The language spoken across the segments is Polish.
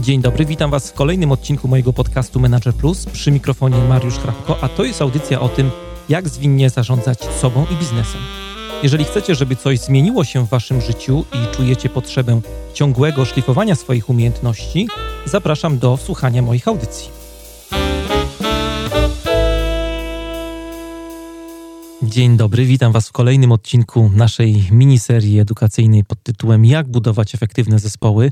Dzień dobry, witam Was w kolejnym odcinku mojego podcastu Manager Plus. Przy mikrofonie Mariusz Hrabko, a to jest audycja o tym, jak zwinnie zarządzać sobą i biznesem. Jeżeli chcecie, żeby coś zmieniło się w Waszym życiu i czujecie potrzebę ciągłego szlifowania swoich umiejętności, zapraszam do słuchania moich audycji. Dzień dobry, witam Was w kolejnym odcinku naszej miniserii edukacyjnej pod tytułem Jak budować efektywne zespoły.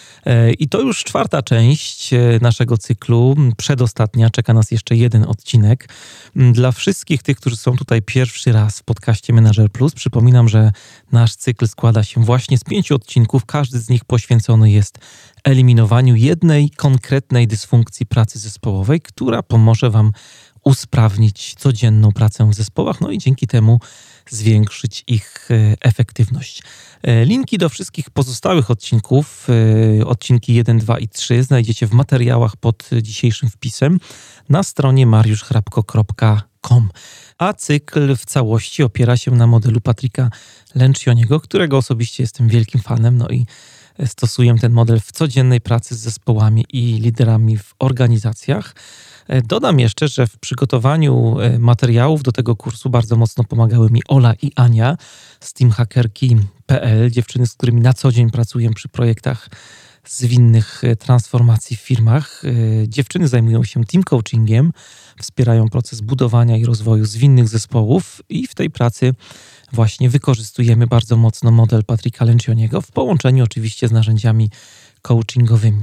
I to już czwarta część naszego cyklu, przedostatnia, czeka nas jeszcze jeden odcinek. Dla wszystkich tych, którzy są tutaj pierwszy raz w podcaście Manager Plus, przypominam, że nasz cykl składa się właśnie z 5 odcinków, każdy z nich poświęcony jest eliminowaniu jednej konkretnej dysfunkcji pracy zespołowej, która pomoże Wam usprawnić codzienną pracę w zespołach, no i dzięki temu zwiększyć ich efektywność. Linki do wszystkich pozostałych odcinków, odcinki 1, 2 i 3 znajdziecie w materiałach pod dzisiejszym wpisem na stronie mariuszchrabko.com. A cykl w całości opiera się na modelu Patricka Lencioniego, którego osobiście jestem wielkim fanem, no i stosuję ten model w codziennej pracy z zespołami i liderami w organizacjach. Dodam jeszcze, że w przygotowaniu materiałów do tego kursu bardzo mocno pomagały mi Ola i Ania z teamhackerki.pl, dziewczyny, z którymi na co dzień pracuję przy projektach zwinnych transformacji w firmach. Dziewczyny zajmują się team coachingiem, wspierają proces budowania i rozwoju zwinnych zespołów i w tej pracy właśnie wykorzystujemy bardzo mocno model Patricka Lencioniego w połączeniu oczywiście z narzędziami coachingowymi.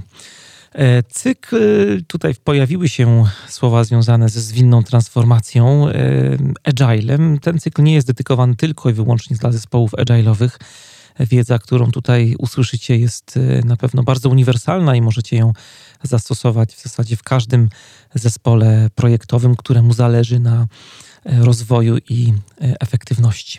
Cykl, tutaj pojawiły się słowa związane ze zwinną transformacją, agilem. Ten cykl nie jest dedykowany tylko i wyłącznie dla zespołów agile'owych. Wiedza, którą tutaj usłyszycie, jest na pewno bardzo uniwersalna i możecie ją zastosować w zasadzie w każdym zespole projektowym, któremu zależy na rozwoju i efektywności.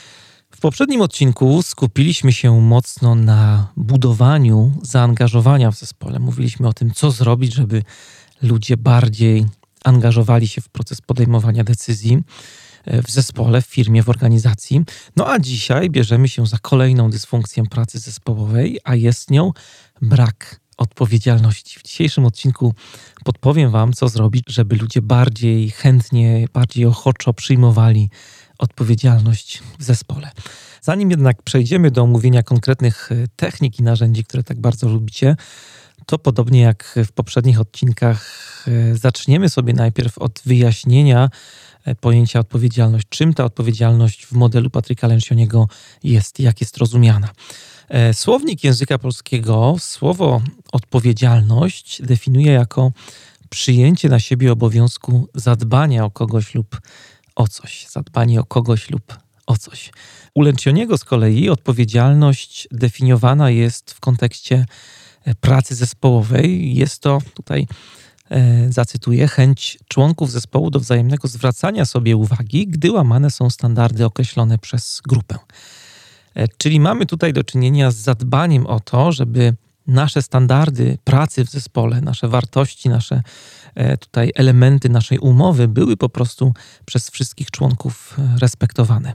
W poprzednim odcinku skupiliśmy się mocno na budowaniu zaangażowania w zespole. Mówiliśmy o tym, co zrobić, żeby ludzie bardziej angażowali się w proces podejmowania decyzji w zespole, w firmie, w organizacji. No a dzisiaj bierzemy się za kolejną dysfunkcję pracy zespołowej, a jest nią brak odpowiedzialności. W dzisiejszym odcinku podpowiem Wam, co zrobić, żeby ludzie bardziej chętnie, bardziej ochoczo przyjmowali odpowiedzialność w zespole. Zanim jednak przejdziemy do omówienia konkretnych technik i narzędzi, które tak bardzo lubicie, to podobnie jak w poprzednich odcinkach zaczniemy sobie najpierw od wyjaśnienia pojęcia odpowiedzialność. Czym ta odpowiedzialność w modelu Patricka Lencioniego jest, jak jest rozumiana. Słownik języka polskiego słowo odpowiedzialność definiuje jako przyjęcie na siebie obowiązku zadbania o kogoś lub o coś. Zadbanie o kogoś lub o coś. U Lencioniego z kolei odpowiedzialność definiowana jest w kontekście pracy zespołowej. Jest to, tutaj zacytuję, chęć członków zespołu do wzajemnego zwracania sobie uwagi, gdy łamane są standardy określone przez grupę. Czyli mamy tutaj do czynienia z zadbaniem o to, żeby nasze standardy pracy w zespole, nasze wartości, nasze tutaj elementy naszej umowy były po prostu przez wszystkich członków respektowane.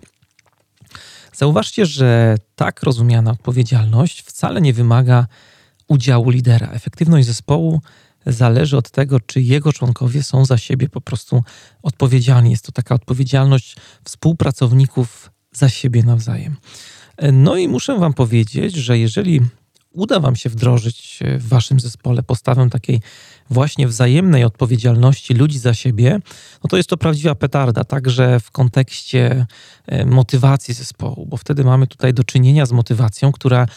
Zauważcie, że tak rozumiana odpowiedzialność wcale nie wymaga udziału lidera. Efektywność zespołu zależy od tego, czy jego członkowie są za siebie po prostu odpowiedzialni. Jest to taka odpowiedzialność współpracowników za siebie nawzajem. No i muszę Wam powiedzieć, że jeżeli uda Wam się wdrożyć w Waszym zespole postawę takiej właśnie wzajemnej odpowiedzialności ludzi za siebie, no to jest to prawdziwa petarda, także w kontekście motywacji zespołu, bo wtedy mamy tutaj do czynienia z motywacją, która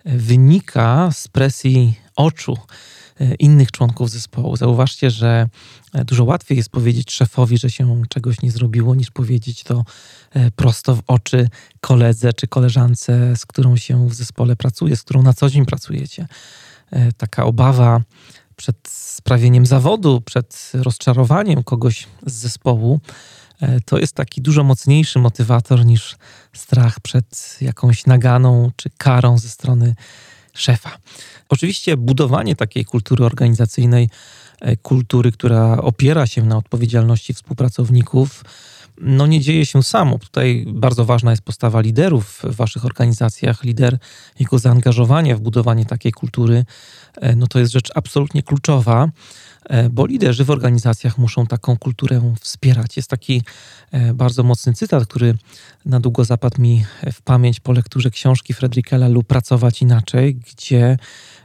wynika z presji oczu innych członków zespołu. Zauważcie, że dużo łatwiej jest powiedzieć szefowi, że się czegoś nie zrobiło, niż powiedzieć to prosto w oczy koledze czy koleżance, z którą się w zespole pracuje, z którą na co dzień pracujecie. Taka obawa przed sprawieniem zawodu, przed rozczarowaniem kogoś z zespołu, to jest taki dużo mocniejszy motywator niż strach przed jakąś naganą czy karą ze strony szefa. Oczywiście budowanie takiej kultury organizacyjnej, kultury, która opiera się na odpowiedzialności współpracowników, nie dzieje się samo. Tutaj bardzo ważna jest postawa liderów w waszych organizacjach. Lider, jego zaangażowanie w budowanie takiej kultury, to jest rzecz absolutnie kluczowa, bo liderzy w organizacjach muszą taką kulturę wspierać. Jest taki bardzo mocny cytat, który na długo zapadł mi w pamięć po lekturze książki Frederica Laloux „Pracować inaczej”, gdzie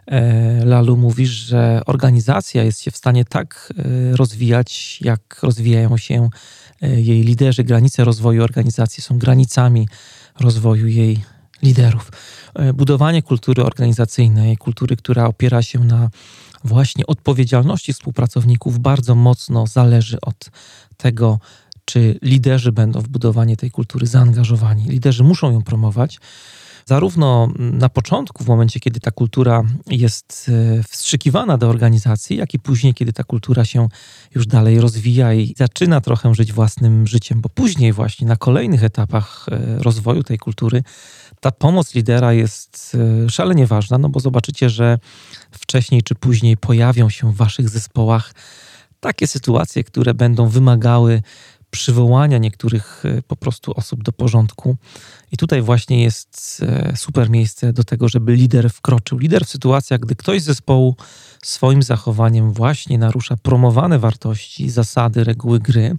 Laloux mówi, że organizacja jest się w stanie tak rozwijać, jak rozwijają się jej liderzy. Granice rozwoju organizacji są granicami rozwoju jej liderów. Budowanie kultury organizacyjnej, kultury, która opiera się na właśnie odpowiedzialności współpracowników, bardzo mocno zależy od tego, czy liderzy będą w budowanie tej kultury zaangażowani. Liderzy muszą ją promować. Zarówno na początku, w momencie, kiedy ta kultura jest wstrzykiwana do organizacji, jak i później, kiedy ta kultura się już dalej rozwija i zaczyna trochę żyć własnym życiem, bo później właśnie na kolejnych etapach rozwoju tej kultury ta pomoc lidera jest szalenie ważna, bo zobaczycie, że wcześniej czy później pojawią się w waszych zespołach takie sytuacje, które będą wymagały przywołania niektórych po prostu osób do porządku. I tutaj właśnie jest super miejsce do tego, żeby lider wkroczył. Lider w sytuacjach, gdy ktoś z zespołu swoim zachowaniem właśnie narusza promowane wartości, zasady, reguły gry,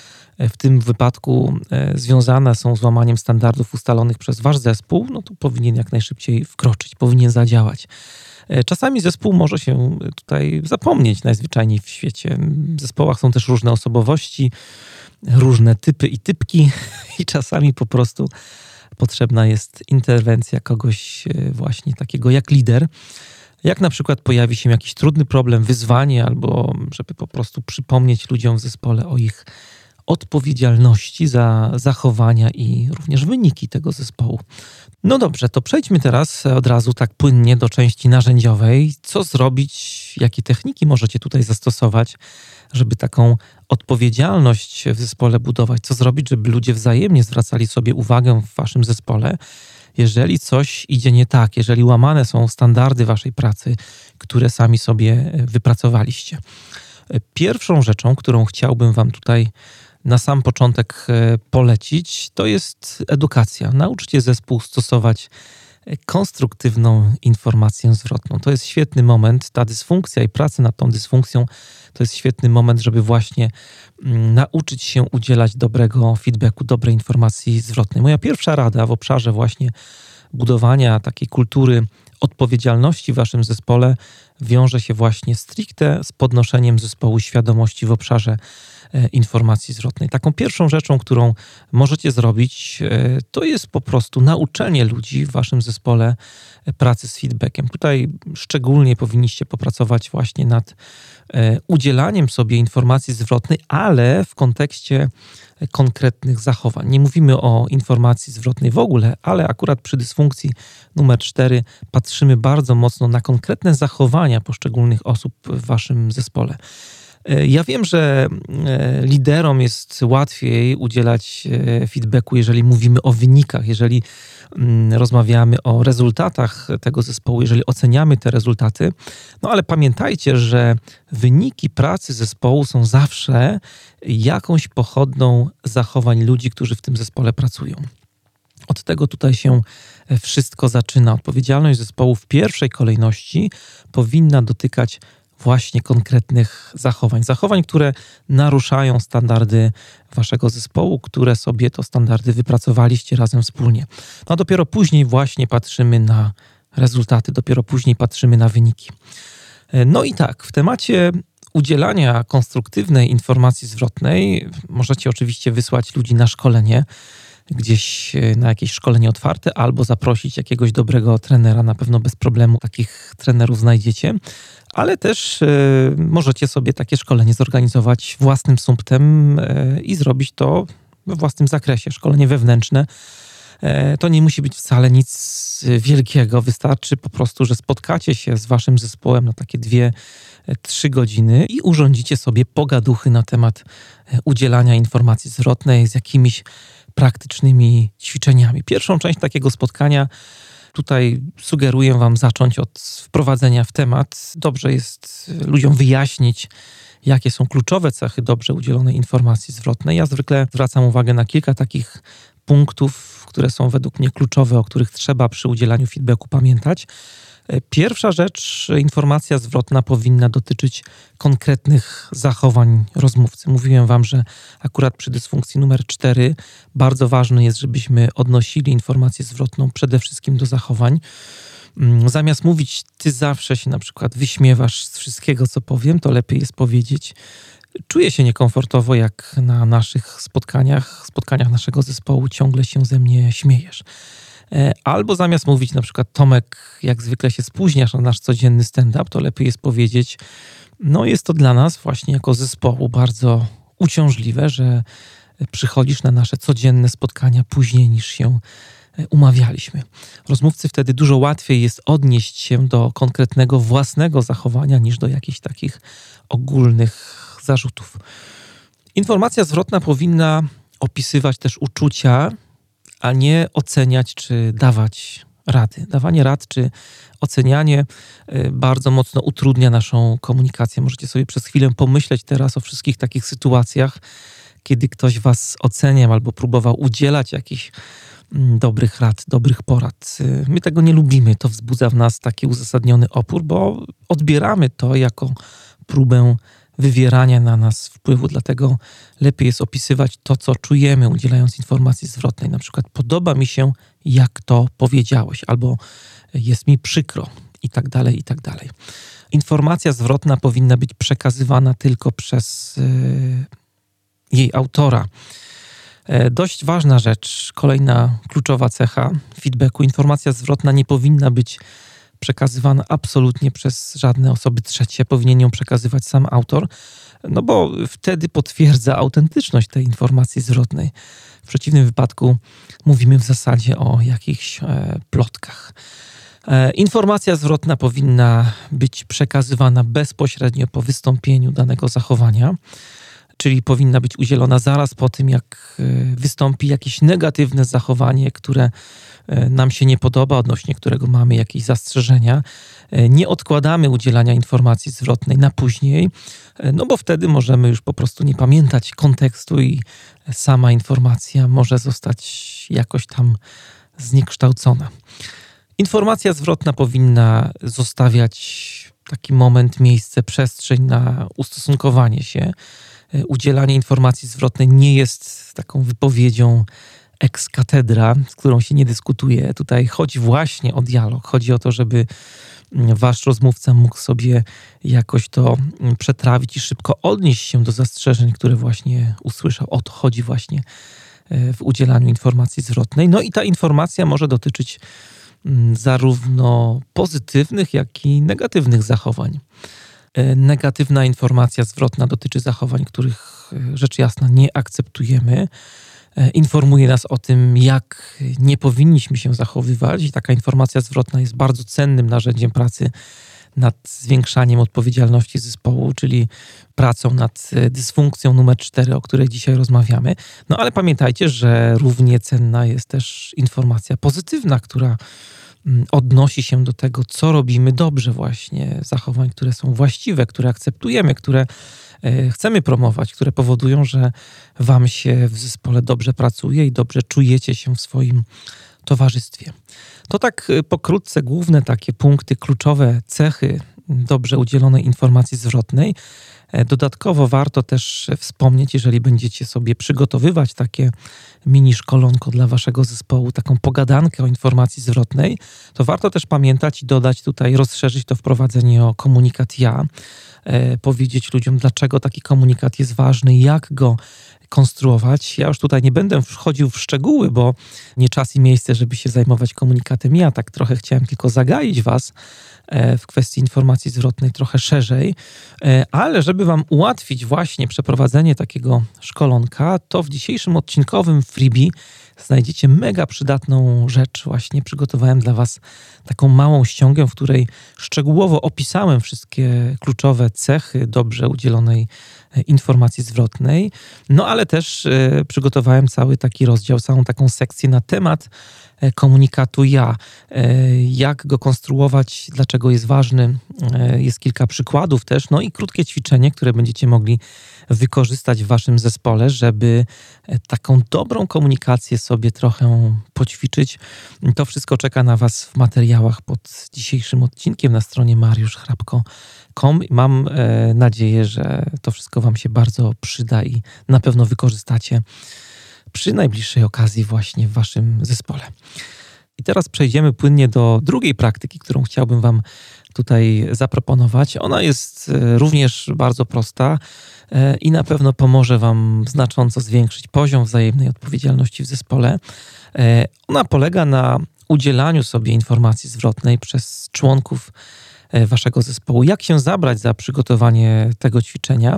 w tym wypadku związane są z łamaniem standardów ustalonych przez wasz zespół, to powinien jak najszybciej wkroczyć, powinien zadziałać. Czasami zespół może się tutaj zapomnieć najzwyczajniej w świecie. W zespołach są też różne osobowości, różne typy i typki i czasami po prostu potrzebna jest interwencja kogoś właśnie takiego jak lider. Jak na przykład pojawi się jakiś trudny problem, wyzwanie, albo żeby po prostu przypomnieć ludziom w zespole o ich odpowiedzialności za zachowania i również wyniki tego zespołu. No dobrze, to przejdźmy teraz od razu tak płynnie do części narzędziowej. Co zrobić, jakie techniki możecie tutaj zastosować, żeby taką odpowiedzialność w zespole budować? Co zrobić, żeby ludzie wzajemnie zwracali sobie uwagę w waszym zespole, jeżeli coś idzie nie tak, jeżeli łamane są standardy waszej pracy, które sami sobie wypracowaliście. Pierwszą rzeczą, którą chciałbym wam tutaj na sam początek polecić, to jest edukacja. Nauczcie zespół stosować konstruktywną informację zwrotną. To jest świetny moment. Ta dysfunkcja i praca nad tą dysfunkcją to jest świetny moment, żeby właśnie nauczyć się udzielać dobrego feedbacku, dobrej informacji zwrotnej. Moja pierwsza rada w obszarze właśnie budowania takiej kultury odpowiedzialności w waszym zespole wiąże się właśnie stricte z podnoszeniem zespołu świadomości w obszarze informacji zwrotnej. Taką pierwszą rzeczą, którą możecie zrobić, to jest po prostu nauczenie ludzi w waszym zespole pracy z feedbackiem. Tutaj szczególnie powinniście popracować właśnie nad udzielaniem sobie informacji zwrotnej, ale w kontekście konkretnych zachowań. Nie mówimy o informacji zwrotnej w ogóle, ale akurat przy dysfunkcji numer 4 patrzymy bardzo mocno na konkretne zachowania poszczególnych osób w waszym zespole. Ja wiem, że liderom jest łatwiej udzielać feedbacku, jeżeli mówimy o wynikach, jeżeli rozmawiamy o rezultatach tego zespołu, jeżeli oceniamy te rezultaty. Ale pamiętajcie, że wyniki pracy zespołu są zawsze jakąś pochodną zachowań ludzi, którzy w tym zespole pracują. Od tego tutaj się wszystko zaczyna. Odpowiedzialność zespołu w pierwszej kolejności powinna dotykać właśnie konkretnych zachowań. Zachowań, które naruszają standardy waszego zespołu, które sobie to standardy wypracowaliście razem wspólnie. A dopiero później właśnie patrzymy na rezultaty, dopiero później patrzymy na wyniki. No i tak, w temacie udzielania konstruktywnej informacji zwrotnej możecie oczywiście wysłać ludzi na szkolenie, gdzieś na jakieś szkolenie otwarte albo zaprosić jakiegoś dobrego trenera. Na pewno bez problemu takich trenerów znajdziecie, ale też możecie sobie takie szkolenie zorganizować własnym sumptem i zrobić to we własnym zakresie. Szkolenie wewnętrzne to nie musi być wcale nic wielkiego. Wystarczy po prostu, że spotkacie się z waszym zespołem na takie 2-3 godziny i urządzicie sobie pogaduchy na temat udzielania informacji zwrotnej z jakimiś praktycznymi ćwiczeniami. Pierwszą część takiego spotkania tutaj sugeruję wam zacząć od wprowadzenia w temat. Dobrze jest ludziom wyjaśnić, jakie są kluczowe cechy dobrze udzielonej informacji zwrotnej. Ja zwykle zwracam uwagę na kilka takich punktów, które są według mnie kluczowe, o których trzeba przy udzielaniu feedbacku pamiętać. Pierwsza rzecz, informacja zwrotna powinna dotyczyć konkretnych zachowań rozmówcy. Mówiłem wam, że akurat przy dysfunkcji numer 4 bardzo ważne jest, żebyśmy odnosili informację zwrotną przede wszystkim do zachowań. Zamiast mówić, ty zawsze się na przykład wyśmiewasz z wszystkiego, co powiem, to lepiej jest powiedzieć, czuję się niekomfortowo, jak na naszych spotkaniach naszego zespołu ciągle się ze mnie śmiejesz. Albo zamiast mówić na przykład, Tomek, jak zwykle się spóźniasz na nasz codzienny stand-up, to lepiej jest powiedzieć, no jest to dla nas właśnie jako zespołu bardzo uciążliwe, że przychodzisz na nasze codzienne spotkania później niż się umawialiśmy. Rozmówcy wtedy dużo łatwiej jest odnieść się do konkretnego własnego zachowania niż do jakichś takich ogólnych zarzutów. Informacja zwrotna powinna opisywać też uczucia, a nie oceniać czy dawać rady. Dawanie rad czy ocenianie bardzo mocno utrudnia naszą komunikację. Możecie sobie przez chwilę pomyśleć teraz o wszystkich takich sytuacjach, kiedy ktoś was oceniał albo próbował udzielać jakichś dobrych rad, dobrych porad. My tego nie lubimy. To wzbudza w nas taki uzasadniony opór, bo odbieramy to jako próbę wywierania na nas wpływu. Dlatego lepiej jest opisywać to, co czujemy, udzielając informacji zwrotnej. Na przykład podoba mi się, jak to powiedziałeś, albo jest mi przykro i tak dalej, i tak dalej. Informacja zwrotna powinna być przekazywana tylko przez jej autora. Dość ważna rzecz, kolejna kluczowa cecha feedbacku. Informacja zwrotna nie powinna być przekazywana absolutnie przez żadne osoby trzecie. Powinien ją przekazywać sam autor, no bo wtedy potwierdza autentyczność tej informacji zwrotnej. W przeciwnym wypadku mówimy w zasadzie o jakichś plotkach. Informacja zwrotna powinna być przekazywana bezpośrednio po wystąpieniu danego zachowania, czyli powinna być udzielona zaraz po tym, jak wystąpi jakieś negatywne zachowanie, które nam się nie podoba, odnośnie którego mamy jakieś zastrzeżenia. Nie odkładamy udzielania informacji zwrotnej na później, no bo wtedy możemy już po prostu nie pamiętać kontekstu i sama informacja może zostać jakoś tam zniekształcona. Informacja zwrotna powinna zostawiać taki moment, miejsce, przestrzeń na ustosunkowanie się. Udzielanie informacji zwrotnej nie jest taką wypowiedzią ex cathedra, z którą się nie dyskutuje. Tutaj chodzi właśnie o dialog. Chodzi o to, żeby wasz rozmówca mógł sobie jakoś to przetrawić i szybko odnieść się do zastrzeżeń, które właśnie usłyszał. O to chodzi właśnie w udzielaniu informacji zwrotnej. No i ta informacja może dotyczyć zarówno pozytywnych, jak i negatywnych zachowań. Negatywna informacja zwrotna dotyczy zachowań, których rzecz jasna nie akceptujemy. Informuje nas o tym, jak nie powinniśmy się zachowywać i taka informacja zwrotna jest bardzo cennym narzędziem pracy nad zwiększaniem odpowiedzialności zespołu, czyli pracą nad dysfunkcją numer 4, o której dzisiaj rozmawiamy. No ale pamiętajcie, że równie cenna jest też informacja pozytywna, która odnosi się do tego, co robimy dobrze właśnie, zachowań, które są właściwe, które akceptujemy, które chcemy promować, które powodują, że wam się w zespole dobrze pracuje i dobrze czujecie się w swoim towarzystwie. To tak pokrótce główne takie punkty, kluczowe cechy dobrze udzielonej informacji zwrotnej. Dodatkowo warto też wspomnieć, jeżeli będziecie sobie przygotowywać takie mini szkolonko dla waszego zespołu, taką pogadankę o informacji zwrotnej, to warto też pamiętać i dodać tutaj, rozszerzyć to wprowadzenie o komunikat ja, powiedzieć ludziom, dlaczego taki komunikat jest ważny, jak go konstruować. Ja już tutaj nie będę wchodził w szczegóły, bo nie czas i miejsce, żeby się zajmować komunikatem. Ja tak trochę chciałem tylko zagaić was w kwestii informacji zwrotnej trochę szerzej, ale żeby wam ułatwić właśnie przeprowadzenie takiego szkolonka, to w dzisiejszym odcinkowym freebie znajdziecie mega przydatną rzecz. Właśnie przygotowałem dla was taką małą ściągę, w której szczegółowo opisałem wszystkie kluczowe cechy dobrze udzielonej informacji zwrotnej. No ale też przygotowałem cały taki rozdział, całą taką sekcję na temat komunikatu ja. Jak go konstruować, dlaczego jest ważny. Jest kilka przykładów też, no i krótkie ćwiczenie, które będziecie mogli wykorzystać w waszym zespole, żeby taką dobrą komunikację sobie trochę poćwiczyć. To wszystko czeka na was w materiałach pod dzisiejszym odcinkiem na stronie mariuszchrapko.com. Mam nadzieję, że to wszystko wam się bardzo przyda i na pewno wykorzystacie przy najbliższej okazji właśnie w waszym zespole. I teraz przejdziemy płynnie do drugiej praktyki, którą chciałbym wam tutaj zaproponować. Ona jest również bardzo prosta i na pewno pomoże wam znacząco zwiększyć poziom wzajemnej odpowiedzialności w zespole. Ona polega na udzielaniu sobie informacji zwrotnej przez członków waszego zespołu. Jak się zabrać za przygotowanie tego ćwiczenia?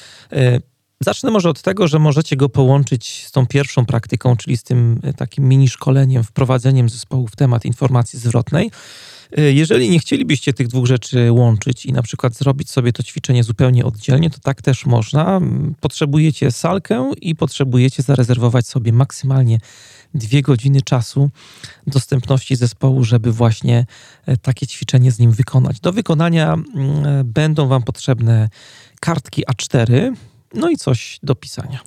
Zacznę może od tego, że możecie go połączyć z tą pierwszą praktyką, czyli z tym takim mini szkoleniem, wprowadzeniem zespołu w temat informacji zwrotnej. Jeżeli nie chcielibyście tych dwóch rzeczy łączyć i na przykład zrobić sobie to ćwiczenie zupełnie oddzielnie, to tak też można. Potrzebujecie salkę i potrzebujecie zarezerwować sobie maksymalnie 2 godziny czasu dostępności zespołu, żeby właśnie takie ćwiczenie z nim wykonać. Do wykonania będą wam potrzebne kartki A4, no i coś do pisania.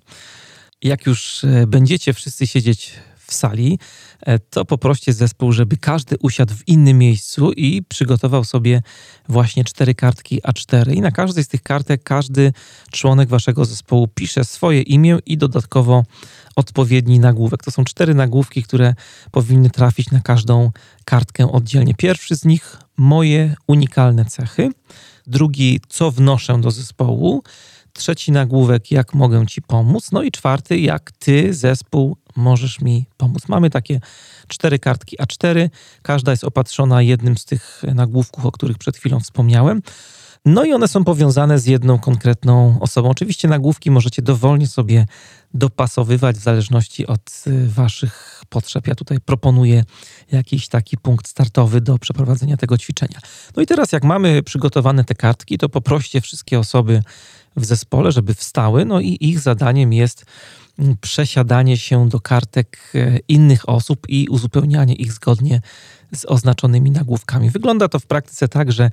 Jak już będziecie wszyscy siedzieć w sali, to poproście zespół, żeby każdy usiadł w innym miejscu i przygotował sobie właśnie 4 kartki A4. I na każdej z tych kartek każdy członek waszego zespołu pisze swoje imię i dodatkowo odpowiedni nagłówek. To są 4 nagłówki, które powinny trafić na każdą kartkę oddzielnie. Pierwszy z nich: moje unikalne cechy. Drugi: co wnoszę do zespołu. Trzeci nagłówek: jak mogę ci pomóc. No i 4: jak ty, zespół, możesz mi pomóc. Mamy takie 4 kartki A4. Każda jest opatrzona jednym z tych nagłówków, o których przed chwilą wspomniałem. No i one są powiązane z jedną konkretną osobą. Oczywiście nagłówki możecie dowolnie sobie dopasowywać w zależności od waszych potrzeb. Ja tutaj proponuję jakiś taki punkt startowy do przeprowadzenia tego ćwiczenia. No i teraz jak mamy przygotowane te kartki, to poproście wszystkie osoby w zespole, żeby wstały, no i ich zadaniem jest przesiadanie się do kartek innych osób i uzupełnianie ich zgodnie z oznaczonymi nagłówkami. Wygląda to w praktyce tak, że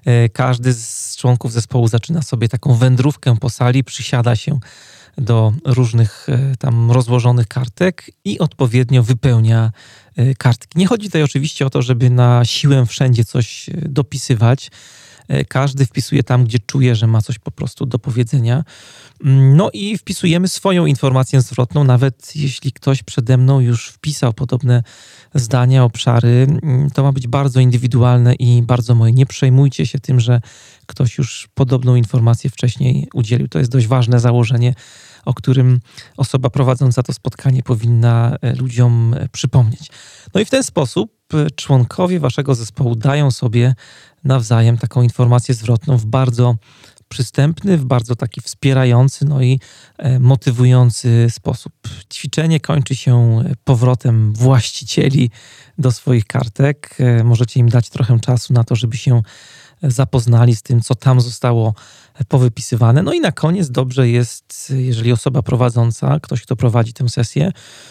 każdy z członków zespołu zaczyna sobie taką wędrówkę po sali, przysiada się do różnych tam rozłożonych kartek i odpowiednio wypełnia kartki. Nie chodzi tutaj oczywiście o to, żeby na siłę wszędzie coś dopisywać. Każdy wpisuje tam, gdzie czuje, że ma coś po prostu do powiedzenia. No i wpisujemy swoją informację zwrotną, nawet jeśli ktoś przede mną już wpisał podobne zdania, obszary. To ma być bardzo indywidualne i bardzo moje. Nie przejmujcie się tym, że ktoś już podobną informację wcześniej udzielił. To jest dość ważne założenie, o którym osoba prowadząca to spotkanie powinna ludziom przypomnieć. No i w ten sposób członkowie waszego zespołu dają sobie nawzajem taką informację zwrotną w bardzo przystępny, w bardzo taki wspierający, no i motywujący sposób. Ćwiczenie kończy się powrotem właścicieli do swoich kartek. Możecie im dać trochę czasu na to, żeby się zapoznali z tym, co tam zostało powypisywane. No i na koniec dobrze jest, jeżeli osoba prowadząca, ktoś, kto prowadzi tę sesję,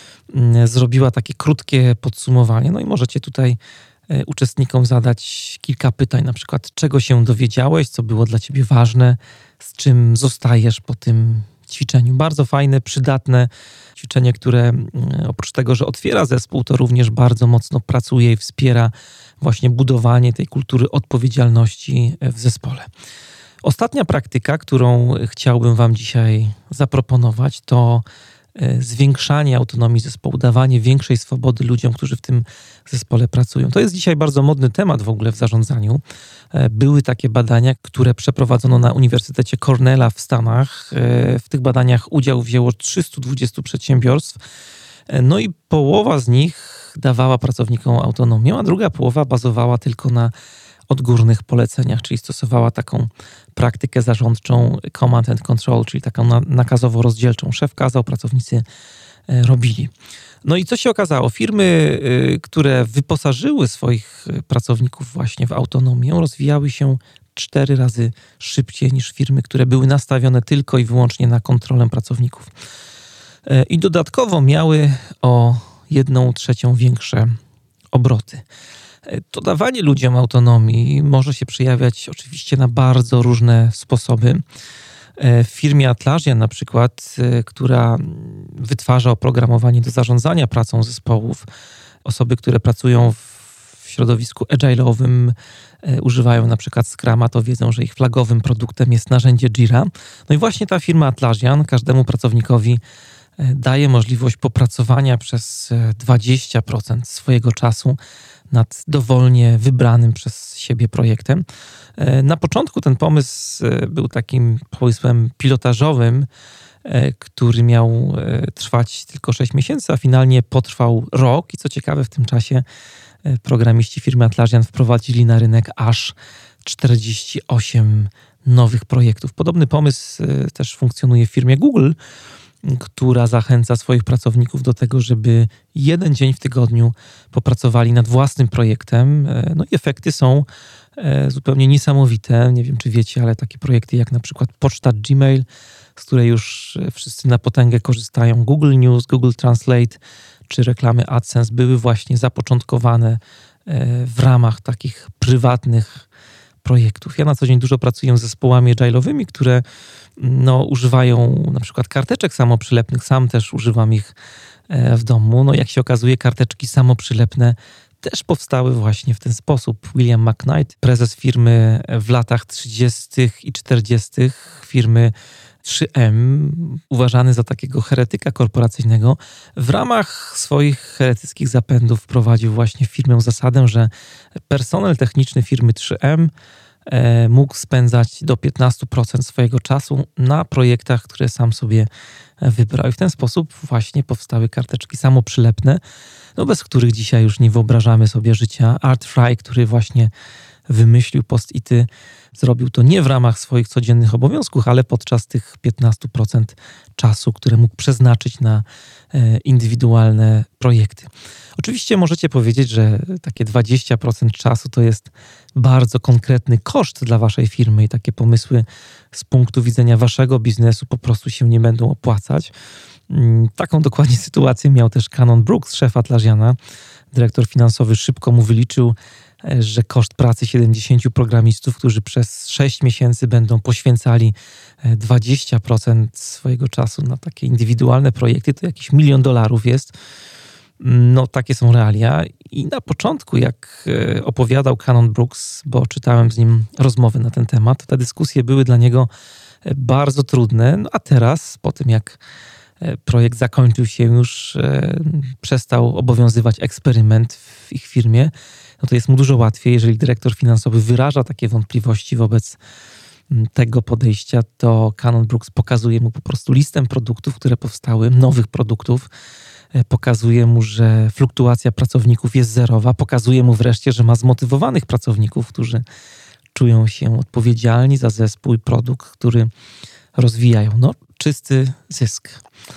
zrobiła takie krótkie podsumowanie. No i możecie tutaj uczestnikom zadać kilka pytań, na przykład czego się dowiedziałeś, co było dla ciebie ważne, z czym zostajesz po tym ćwiczeniu. Bardzo fajne, przydatne ćwiczenie, które oprócz tego, że otwiera zespół, to również bardzo mocno pracuje i wspiera właśnie budowanie tej kultury odpowiedzialności w zespole. Ostatnia praktyka, którą chciałbym wam dzisiaj zaproponować, to zwiększanie autonomii zespołu, dawanie większej swobody ludziom, którzy w tym zespole pracują. To jest dzisiaj bardzo modny temat w ogóle w zarządzaniu. Były takie badania, które przeprowadzono na Uniwersytecie Cornella w Stanach. W tych badaniach udział wzięło 320 przedsiębiorstw. No i połowa z nich dawała pracownikom autonomię, a druga połowa bazowała tylko na odgórnych poleceniach, czyli stosowała taką praktykę zarządczą command and control, czyli taką nakazowo-rozdzielczą. Szef kazał, pracownicy robili. No i co się okazało? Firmy, które wyposażyły swoich pracowników właśnie w autonomię, rozwijały się 4 razy szybciej niż firmy, które były nastawione tylko i wyłącznie na kontrolę pracowników. I dodatkowo miały o 1/3 większe obroty. To dawanie ludziom autonomii może się przejawiać oczywiście na bardzo różne sposoby. W firmie Atlassian na przykład, która wytwarza oprogramowanie do zarządzania pracą zespołów, osoby, które pracują w środowisku agile'owym, używają na przykład Scruma, to wiedzą, że ich flagowym produktem jest narzędzie Jira. No i właśnie ta firma Atlassian każdemu pracownikowi daje możliwość popracowania przez 20% swojego czasu nad dowolnie wybranym przez siebie projektem. Na początku ten pomysł był takim pomysłem pilotażowym, który miał trwać tylko 6 miesięcy, a finalnie potrwał rok i co ciekawe w tym czasie programiści firmy Atlassian wprowadzili na rynek aż 48 nowych projektów. Podobny pomysł też funkcjonuje w firmie Google, która zachęca swoich pracowników do tego, żeby 1 dzień w tygodniu popracowali nad własnym projektem. No i efekty są zupełnie niesamowite. Nie wiem, czy wiecie, ale takie projekty jak na przykład poczta Gmail, z której już wszyscy na potęgę korzystają, Google News, Google Translate czy reklamy AdSense były właśnie zapoczątkowane w ramach takich prywatnych projektów. Ja na co dzień dużo pracuję z zespołami agile'owymi, które używają na przykład karteczek samoprzylepnych. Sam też używam ich w domu. No jak się okazuje, karteczki samoprzylepne też powstały właśnie w ten sposób. William McKnight, prezes firmy w latach 30. i 40. firmy 3M, uważany za takiego heretyka korporacyjnego, w ramach swoich heretyckich zapędów wprowadził właśnie w firmę zasadę, że personel techniczny firmy 3M mógł spędzać do 15% swojego czasu na projektach, które sam sobie wybrał. I w ten sposób właśnie powstały karteczki samoprzylepne, bez których dzisiaj już nie wyobrażamy sobie życia. Art Fry, który właśnie wymyślił post-ity, zrobił to nie w ramach swoich codziennych obowiązków, ale podczas tych 15% czasu, które mógł przeznaczyć na indywidualne projekty. Oczywiście możecie powiedzieć, że takie 20% czasu to jest bardzo konkretny koszt dla waszej firmy i takie pomysły z punktu widzenia waszego biznesu po prostu się nie będą opłacać. Taką dokładnie sytuację miał też Cannon Brooks, szef Atlassiana. Dyrektor finansowy szybko mu wyliczył, że koszt pracy 70 programistów, którzy przez 6 miesięcy będą poświęcali 20% swojego czasu na takie indywidualne projekty, to jakieś $1 milion jest. Takie są realia. I na początku, jak opowiadał Cannon Brooks, bo czytałem z nim rozmowy na ten temat, te dyskusje były dla niego bardzo trudne. A teraz, po tym jak projekt zakończył się, już przestał obowiązywać eksperyment w ich firmie, to jest mu dużo łatwiej. Jeżeli dyrektor finansowy wyraża takie wątpliwości wobec tego podejścia, to Cannon Brooks pokazuje mu po prostu listę produktów, które powstały, nowych produktów. Pokazuje mu, że fluktuacja pracowników jest zerowa. Pokazuje mu wreszcie, że ma zmotywowanych pracowników, którzy czują się odpowiedzialni za zespół i produkt, który rozwijają. Czysty zysk.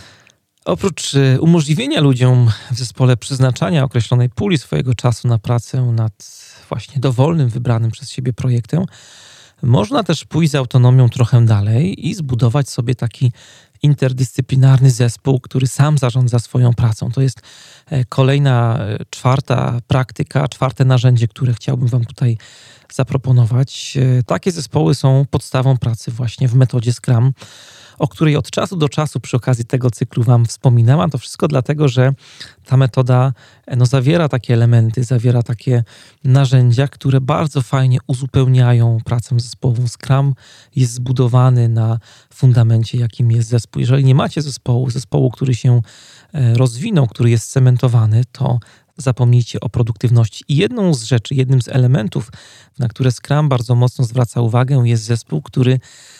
Oprócz umożliwienia ludziom w zespole przeznaczania określonej puli swojego czasu na pracę nad właśnie dowolnym, wybranym przez siebie projektem, można też pójść z autonomią trochę dalej i zbudować sobie taki interdyscyplinarny zespół, który sam zarządza swoją pracą. To jest kolejna, czwarta praktyka, czwarte narzędzie, które chciałbym wam tutaj zaproponować. Takie zespoły są podstawą pracy właśnie w metodzie Scrum, o której od czasu do czasu przy okazji tego cyklu wam wspominałam. To wszystko dlatego, że ta metoda zawiera takie elementy, zawiera takie narzędzia, które bardzo fajnie uzupełniają pracę zespołową. Scrum jest zbudowany na fundamencie, jakim jest zespół. Jeżeli nie macie zespołu, który się rozwinął, który jest cementowany, to zapomnijcie o produktywności. I jedną z rzeczy, jednym z elementów, na które Scrum bardzo mocno zwraca uwagę, jest zespół, który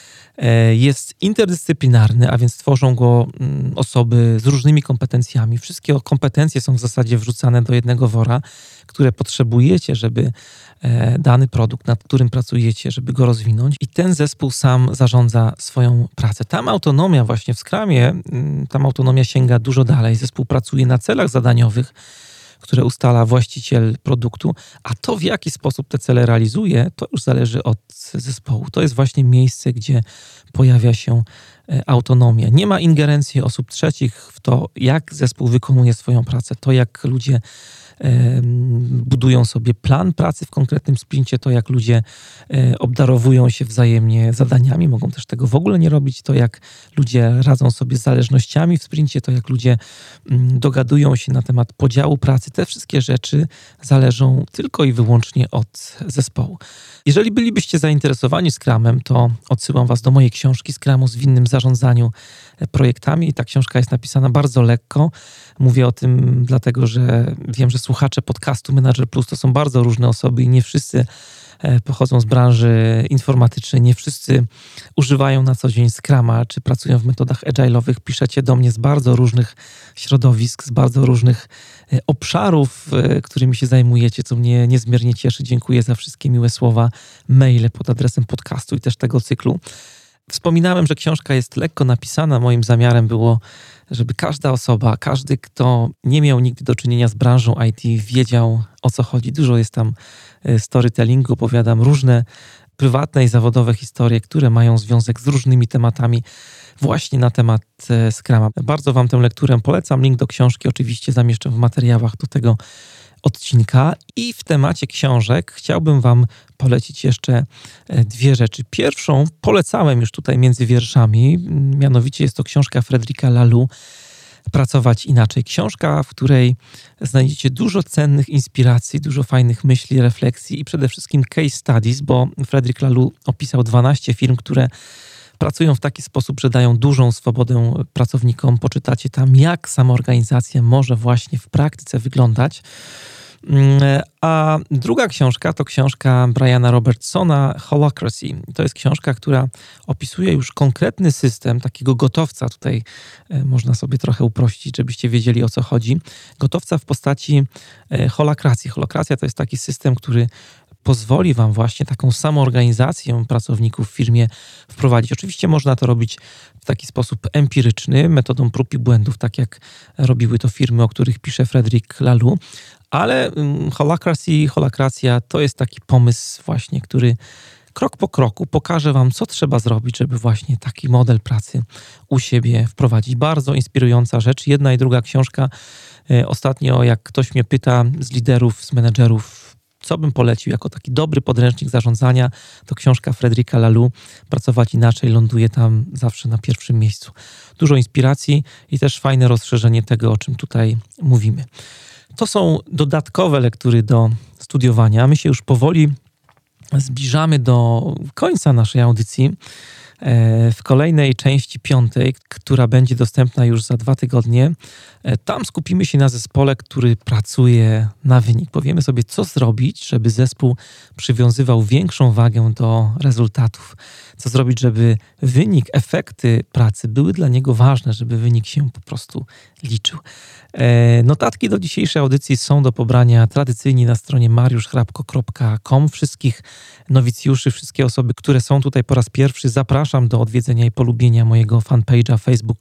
jest interdyscyplinarny, a więc tworzą go osoby z różnymi kompetencjami. Wszystkie kompetencje są w zasadzie wrzucane do jednego wora, które potrzebujecie, żeby dany produkt, nad którym pracujecie, żeby go rozwinąć, i ten zespół sam zarządza swoją pracę. Tam autonomia właśnie w Scrumie, tam autonomia sięga dużo dalej. Zespół pracuje na celach zadaniowych, które ustala właściciel produktu, a to w jaki sposób te cele realizuje, to już zależy od zespołu. To jest właśnie miejsce, gdzie pojawia się autonomia. Nie ma ingerencji osób trzecich w to, jak zespół wykonuje swoją pracę, to jak ludzie budują sobie plan pracy w konkretnym sprincie, to jak ludzie obdarowują się wzajemnie zadaniami, mogą też tego w ogóle nie robić, to jak ludzie radzą sobie z zależnościami w sprincie, to jak ludzie dogadują się na temat podziału pracy. Te wszystkie rzeczy zależą tylko i wyłącznie od zespołu. Jeżeli bylibyście zainteresowani Scrumem, to odsyłam was do mojej książki Scrum o zwinnym zarządzaniu projektami. Ta książka jest napisana bardzo lekko. Mówię o tym dlatego, że wiem, że słuchacze podcastu Manager Plus to są bardzo różne osoby i nie wszyscy pochodzą z branży informatycznej, nie wszyscy używają na co dzień Scruma, czy pracują w metodach agile'owych. Piszecie do mnie z bardzo różnych środowisk, z bardzo różnych obszarów, którymi się zajmujecie, co mnie niezmiernie cieszy. Dziękuję za wszystkie miłe słowa, maile pod adresem podcastu i też tego cyklu. Wspominałem, że książka jest lekko napisana. Moim zamiarem było, żeby każda osoba, każdy, kto nie miał nigdy do czynienia z branżą IT, wiedział, o co chodzi. Dużo jest tam storytellingu, opowiadam różne prywatne i zawodowe historie, które mają związek z różnymi tematami właśnie na temat Scruma. Bardzo wam tę lekturę polecam. Link do książki oczywiście zamieszczę w materiałach do tego odcinka. I w temacie książek chciałbym wam polecić jeszcze dwie rzeczy. Pierwszą polecałem już tutaj między wierszami, mianowicie jest to książka Frederica Laloux, Pracować inaczej. Książka, w której znajdziecie dużo cennych inspiracji, dużo fajnych myśli, refleksji i przede wszystkim case studies, bo Frederic Laloux opisał 12 firm, które pracują w taki sposób, że dają dużą swobodę pracownikom. Poczytacie tam, jak samoorganizacja może właśnie w praktyce wyglądać. A druga książka to książka Briana Robertsona Holacracy. To jest książka, która opisuje już konkretny system takiego gotowca. Tutaj można sobie trochę uprościć, żebyście wiedzieli, o co chodzi. Gotowca w postaci holacracji. Holacracja to jest taki system, który pozwoli wam właśnie taką samoorganizację pracowników w firmie wprowadzić. Oczywiście można to robić w taki sposób empiryczny, metodą prób i błędów, tak jak robiły to firmy, o których pisze Frederic Laloux, ale holacracja to jest taki pomysł właśnie, który krok po kroku pokaże wam, co trzeba zrobić, żeby właśnie taki model pracy u siebie wprowadzić. Bardzo inspirująca rzecz. Jedna i druga książka. Ostatnio, jak ktoś mnie pyta z liderów, z menedżerów, co bym polecił jako taki dobry podręcznik zarządzania, to książka Frederica Laloux, Pracować inaczej, ląduje tam zawsze na pierwszym miejscu. Dużo inspiracji i też fajne rozszerzenie tego, o czym tutaj mówimy. To są dodatkowe lektury do studiowania. My się już powoli zbliżamy do końca naszej audycji. W kolejnej części 5, która będzie dostępna już za 2 tygodnie, tam skupimy się na zespole, który pracuje na wynik. Powiemy sobie, co zrobić, żeby zespół przywiązywał większą wagę do rezultatów. Co zrobić, żeby wynik, efekty pracy były dla niego ważne, żeby wynik się po prostu liczył. Notatki do dzisiejszej audycji są do pobrania tradycyjnie na stronie mariuszchrapko.com. Wszystkich nowicjuszy, wszystkie osoby, które są tutaj po raz pierwszy, zapraszam do odwiedzenia i polubienia mojego fanpage'a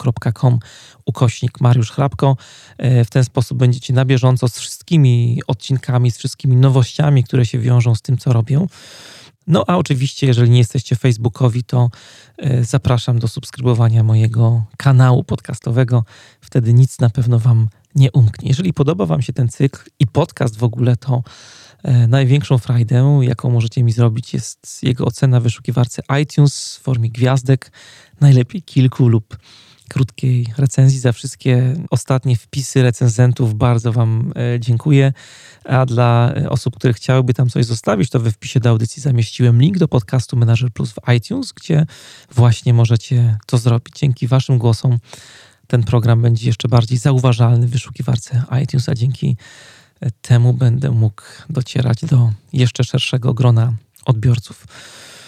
facebook.com/Mariusz Chrapko. W ten sposób będziecie na bieżąco z wszystkimi odcinkami, z wszystkimi nowościami, które się wiążą z tym, co robię. No a oczywiście, jeżeli nie jesteście facebookowi, to zapraszam do subskrybowania mojego kanału podcastowego. Wtedy nic na pewno wam nie umknie. Jeżeli podoba wam się ten cykl i podcast w ogóle, to największą frajdę, jaką możecie mi zrobić, jest jego ocena w wyszukiwarce iTunes w formie gwiazdek, najlepiej kilku lub krótkiej recenzji. Za wszystkie ostatnie wpisy recenzentów bardzo wam dziękuję. A dla osób, które chciałyby tam coś zostawić, to we wpisie do audycji zamieściłem link do podcastu Manager Plus w iTunes, gdzie właśnie możecie to zrobić. Dzięki waszym głosom ten program będzie jeszcze bardziej zauważalny w wyszukiwarce iTunes, a dzięki temu będę mógł docierać do jeszcze szerszego grona odbiorców.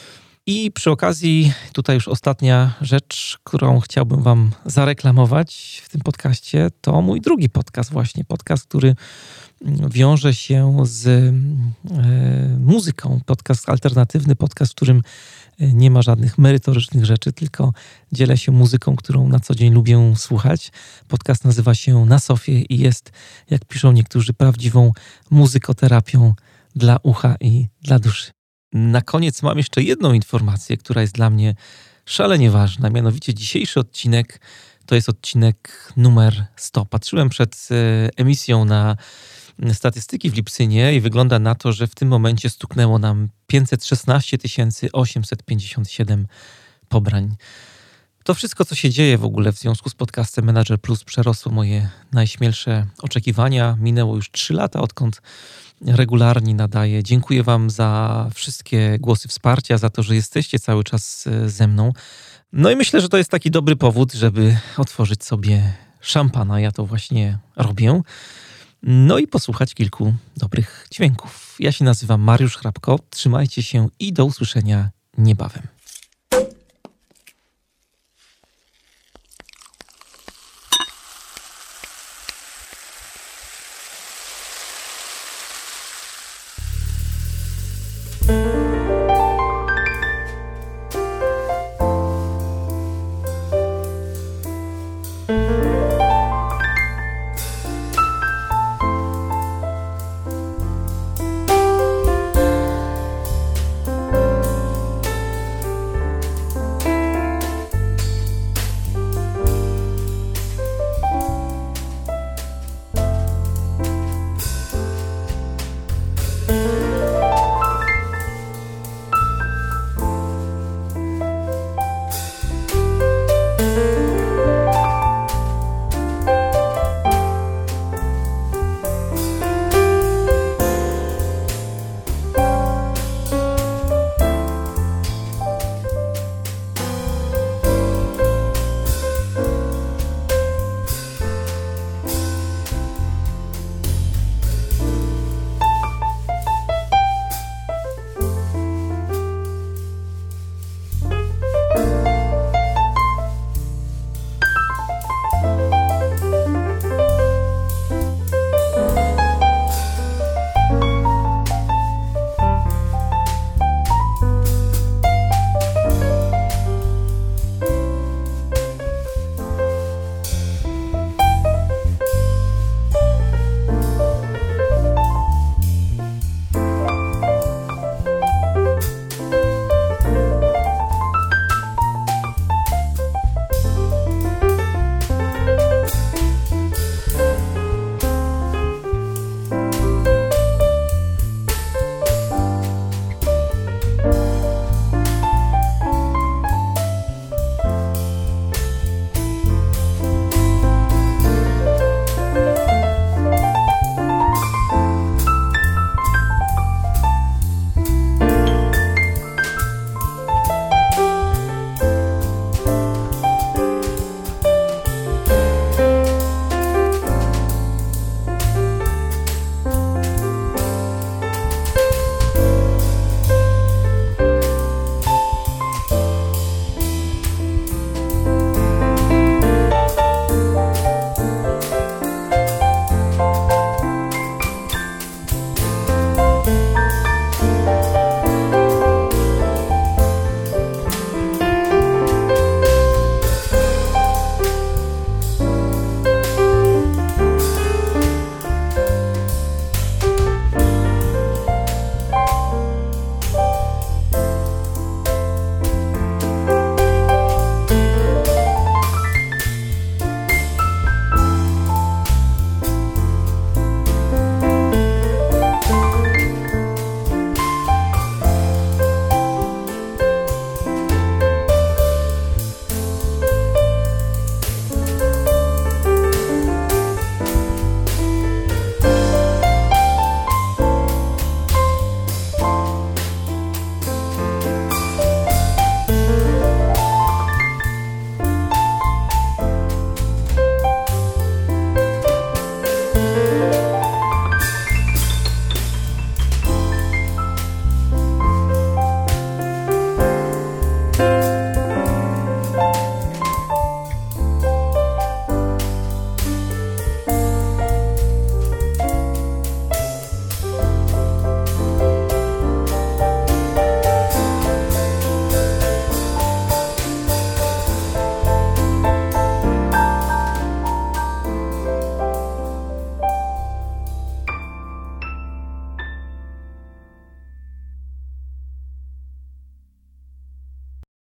I przy okazji tutaj już ostatnia rzecz, którą chciałbym wam zareklamować w tym podcaście, to mój drugi podcast właśnie. Podcast, który wiąże się z muzyką. Podcast alternatywny, podcast, w którym nie ma żadnych merytorycznych rzeczy, tylko dzielę się muzyką, którą na co dzień lubię słuchać. Podcast nazywa się Na Sofie i jest, jak piszą niektórzy, prawdziwą muzykoterapią dla ucha i dla duszy. Na koniec mam jeszcze jedną informację, która jest dla mnie szalenie ważna. Mianowicie dzisiejszy odcinek to jest odcinek numer 100. Patrzyłem przed emisją na statystyki w Libsynie i wygląda na to, że w tym momencie stuknęło nam 516 857 pobrań. To wszystko, co się dzieje w ogóle w związku z podcastem Manager Plus, przerosło moje najśmielsze oczekiwania. Minęło już 3 lata, odkąd regularnie nadaję. Dziękuję wam za wszystkie głosy wsparcia, za to, że jesteście cały czas ze mną. No i myślę, że to jest taki dobry powód, żeby otworzyć sobie szampana. Ja to właśnie robię. No i posłuchać kilku dobrych dźwięków. Ja się nazywam Mariusz Hrabko. Trzymajcie się i do usłyszenia niebawem.